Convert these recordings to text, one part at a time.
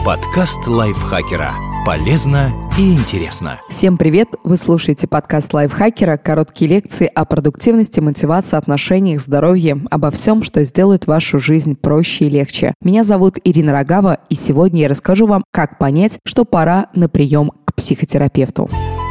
Подкаст лайфхакера. Полезно и интересно. Всем привет! Вы слушаете подкаст лайфхакера. Короткие лекции о продуктивности, мотивации, отношениях, здоровье, обо всем, что сделает вашу жизнь проще и легче. Меня зовут Ирина Рогава, и сегодня я расскажу вам, как понять, что пора на прием к психотерапевту.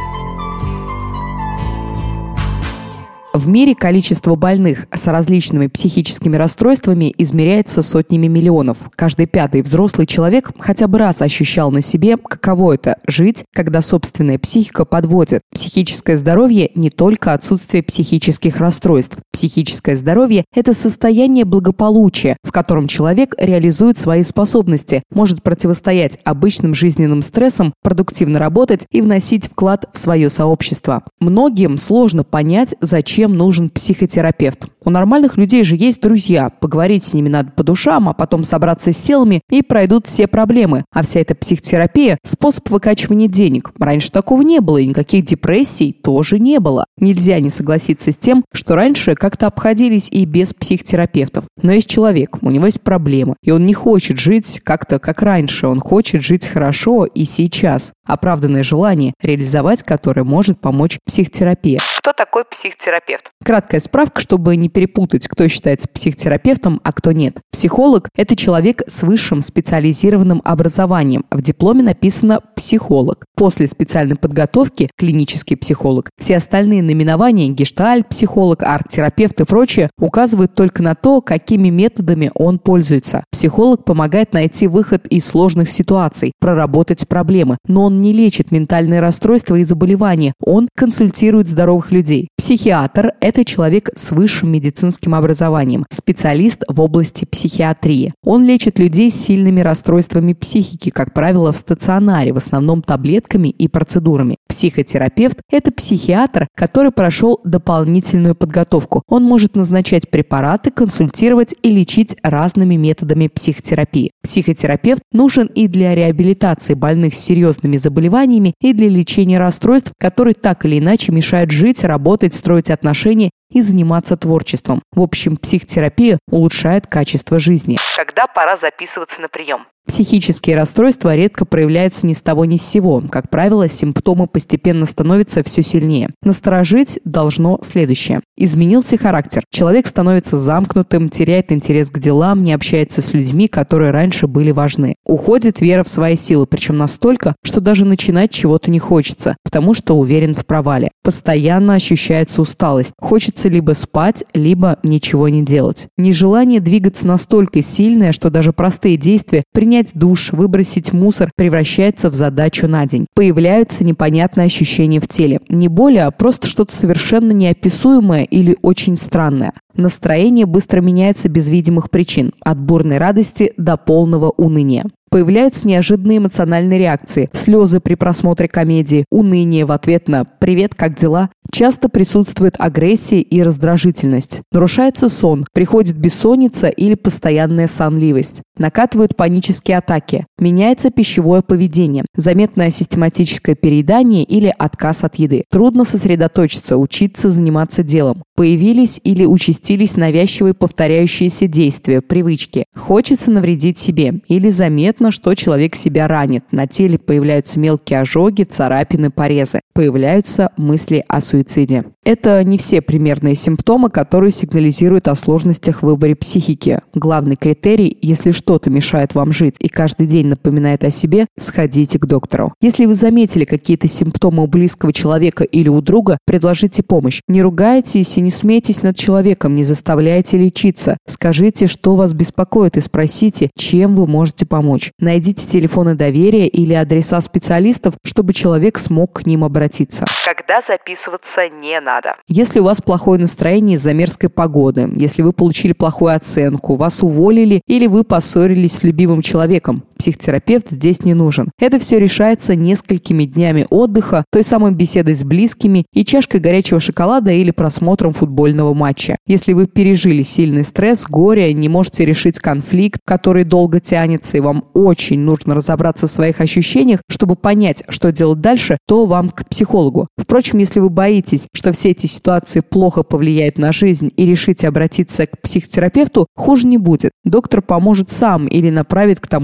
В мире количество больных с различными психическими расстройствами измеряется сотнями миллионов. Каждый пятый взрослый человек хотя бы раз ощущал на себе, каково это – жить, когда собственная психика подводит. Психическое здоровье – не только отсутствие психических расстройств. Психическое здоровье – это состояние благополучия, в котором человек реализует свои способности, может противостоять обычным жизненным стрессам, продуктивно работать и вносить вклад в свое сообщество. Многим сложно понять, зачем нужен психотерапевт. У нормальных людей же есть друзья, поговорить с ними надо по душам, а потом собраться с силами и пройдут все проблемы. А вся эта психотерапия – способ выкачивания денег. Раньше такого не было, и никаких депрессий тоже не было. Нельзя не согласиться с тем, что раньше как-то обходились и без психотерапевтов. Но есть человек, у него есть проблемы, и он не хочет жить как-то как раньше, он хочет жить хорошо и сейчас. Оправданное желание, реализовать которое может помочь психотерапия. Кто такой психотерапевт? Краткая справка, чтобы не перепутать, кто считается психотерапевтом, а кто нет. Психолог – это человек с высшим специализированным образованием. В дипломе написано «психолог». После специальной подготовки – клинический психолог. Все остальные наименования – гештальт-психолог, арт-терапевт и прочее – указывают только на то, какими методами он пользуется. Психолог помогает найти выход из сложных ситуаций, проработать проблемы, но он не лечит ментальные расстройства и заболевания, он консультирует здоровых людей. Психиатр – это человек с высшим медицинским образованием, специалист в области психиатрии. Он лечит людей с сильными расстройствами психики, как правило, в стационаре, в основном таблетками и процедурами. Психотерапевт – это психиатр, который прошел дополнительную подготовку. Он может назначать препараты, консультировать и лечить разными методами психотерапии. Психотерапевт нужен и для реабилитации больных с серьезными заболеваниями, и для лечения расстройств, которые так или иначе мешают жить, работать, строить отношения и заниматься творчеством. В общем, психотерапия улучшает качество жизни. Когда пора записываться на прием? Психические расстройства редко проявляются ни с того ни с сего. Как правило, симптомы постепенно становятся все сильнее. Насторожить должно следующее. Изменился характер. Человек становится замкнутым, теряет интерес к делам, не общается с людьми, которые раньше были важны. Уходит вера в свои силы, причем настолько, что даже начинать чего-то не хочется, потому что уверен в провале. Постоянно ощущается усталость. Хочется либо спать, либо ничего не делать. Нежелание двигаться настолько сильное, что даже простые действия – принять душ, выбросить мусор превращается в задачу на день. Появляются непонятные ощущения в теле. Не боли, а просто что-то совершенно неописуемое или очень странное. Настроение быстро меняется без видимых причин, от бурной радости до полного уныния. Появляются неожиданные эмоциональные реакции, слезы при просмотре комедии, уныние в ответ на «Привет, как дела?». Часто присутствует агрессия и раздражительность. Нарушается сон, приходит бессонница или постоянная сонливость. Накатывают панические атаки. Меняется пищевое поведение. Заметное систематическое переедание или отказ от еды. Трудно сосредоточиться, учиться заниматься делом. Появились или участились навязчивые повторяющиеся действия, привычки. Хочется навредить себе или заметно, что человек себя ранит. На теле появляются мелкие ожоги, царапины, порезы. Появляются мысли о суициде. Это не все примерные симптомы, которые сигнализируют о сложностях в выборе психики. Главный критерий – если что-то мешает вам жить и каждый день напоминает о себе, сходите к доктору. Если вы заметили какие-то симптомы у близкого человека или у друга, предложите помощь. Не ругайтесь и не смейтесь над человеком, не заставляйте лечиться. Скажите, что вас беспокоит, и спросите, чем вы можете помочь. Найдите телефоны доверия или адреса специалистов, чтобы человек смог к ним обратиться. Когда записываться не надо? Если у вас плохое настроение из-за мерзкой погоды, если вы получили плохую оценку, вас уволили или вы поссорились с любимым человеком, психотерапевт здесь не нужен. Это все решается несколькими днями отдыха, той самой беседой с близкими и чашкой горячего шоколада или просмотром футбольного матча. Если вы пережили сильный стресс, горе, не можете решить конфликт, который долго тянется, и вам очень нужно разобраться в своих ощущениях, чтобы понять, что делать дальше, то вам к психологу. Впрочем, если вы боитесь, что все эти ситуации плохо повлияют на жизнь и решите обратиться к психотерапевту, хуже не будет. Доктор поможет сам или направит к тому же психологу.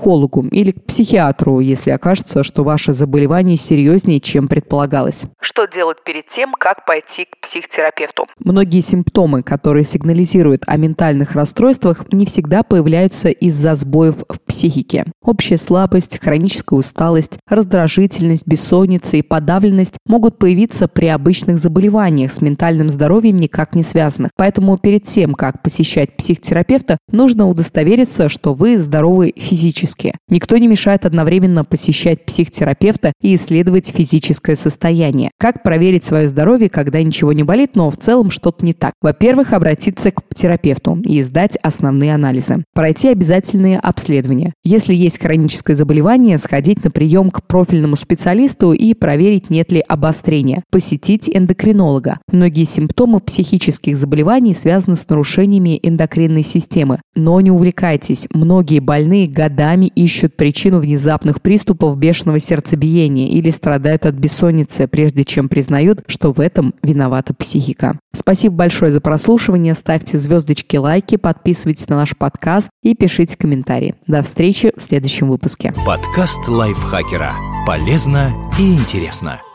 психологу или к психиатру, если окажется, что ваше заболевание серьезнее, чем предполагалось. Что делать перед тем, как пойти к психотерапевту? Многие симптомы, которые сигнализируют о ментальных расстройствах, не всегда появляются из-за сбоев в психике. Общая слабость, хроническая усталость, раздражительность, бессонница и подавленность могут появиться при обычных заболеваниях с ментальным здоровьем никак не связанных. Поэтому перед тем, как посещать психотерапевта, нужно удостовериться, что вы здоровы физически. Никто не мешает одновременно посещать психотерапевта и исследовать физическое состояние. Как проверить свое здоровье, когда ничего не болит, но в целом что-то не так? Во-первых, обратиться к терапевту и сдать основные анализы. Пройти обязательные обследования. Если есть хроническое заболевание, сходить на прием к профильному специалисту и проверить, нет ли обострения. Посетить эндокринолога. Многие симптомы психических заболеваний связаны с нарушениями эндокринной системы. Но не увлекайтесь. Многие больные годами ищут причину внезапных приступов бешеного сердцебиения или страдают от бессонницы, прежде чем признают, что в этом виновата психика. Спасибо большое за прослушивание. Ставьте звездочки, лайки, подписывайтесь на наш подкаст и пишите комментарии. До встречи в следующем выпуске. Подкаст лайфхакера. Полезно и интересно.